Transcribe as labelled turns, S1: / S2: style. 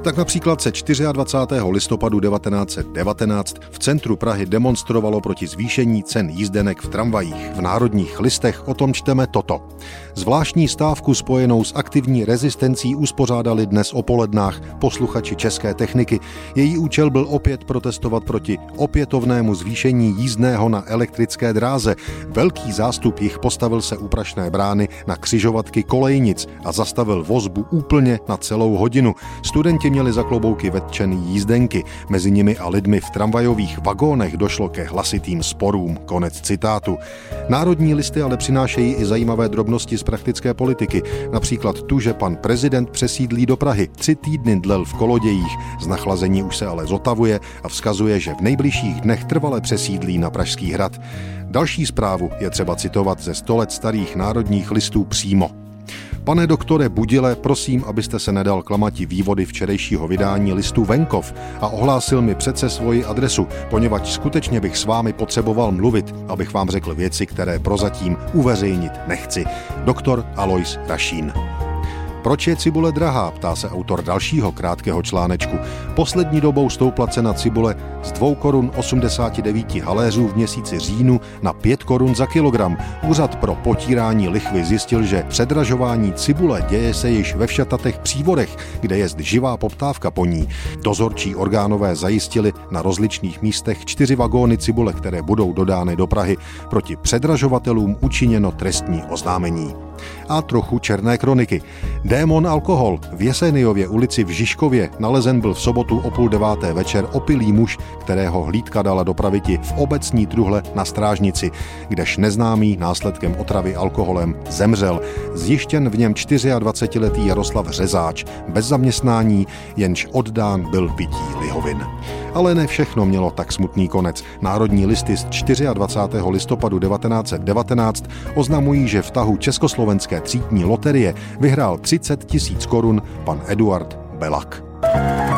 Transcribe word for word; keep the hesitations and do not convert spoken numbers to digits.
S1: Tak například se dvacátého čtvrtého listopadu devatenáct set devatenáct v centru Prahy demonstrovalo proti zvýšení cen jízdenek v tramvajích. V Národních listech o tom čteme toto. Zvláštní stávku spojenou s aktivní rezistencí uspořádali dnes o polednách posluchači České techniky. Její účel byl opět protestovat proti opětovnému zvýšení jízdného na elektrické dráze. Velký zástup jich postavil se u Prašné brány na křižovatky kolejnic a zastavil vozbu úplně na celou hodinu. Studenti měli za klobouky vetčený jízdenky. Mezi nimi a lidmi v tramvajových vagónech došlo ke hlasitým sporům. Konec citátu. Národní listy ale přinášejí i zajímavé drobnosti z praktické politiky. Například tu, že pan prezident přesídlí do Prahy. Tři týdny dlel v Kolodějích. Z nachlazení už se ale zotavuje a vzkazuje, že v nejbližších dnech trvale přesídlí na Pražský hrad. Další zprávu je třeba citovat ze sto let starých Národních listů přímo. Pane doktore Budile, prosím, abyste se nedal klamati vývody včerejšího vydání listu Venkov a ohlásil mi přece svoji adresu, poněvadž skutečně bych s vámi potřeboval mluvit, abych vám řekl věci, které prozatím uveřejnit nechci. Doktor Alois Rašín. Proč je cibule drahá, ptá se autor dalšího krátkého článečku. Poslední dobou stoupla cena cibule z dvou korun osmdesát devět haléřů v měsíci říjnu na pět korun za kilogram. Úřad pro potírání lichvy zjistil, že předražování cibule děje se již ve Všatatech Přívodech, kde je živá poptávka po ní. Dozorčí orgánové zajistili na rozličných místech čtyři vagóny cibule, které budou dodány do Prahy. Proti předražovatelům učiněno trestní oznámení. A trochu černé kroniky. Démon alkohol. V Jeseniově ulici v Žižkově nalezen byl v sobotu o půl deváté večer opilý muž, kterého hlídka dala dopraviti v obecní truhle na Strážnici, kdež neznámý následkem otravy alkoholem zemřel. Zjištěn v něm dvacetičtyřletý Jaroslav Řezáč, bez zaměstnání, jenž oddán byl pití lihovin. Ale ne všechno mělo tak smutný konec. Národní listy z dvacátého čtvrtého listopadu devatenáct set devatenáct oznamují, že v tahu Československé třídní loterie vyhrál třicet tisíc korun pan Eduard Belak.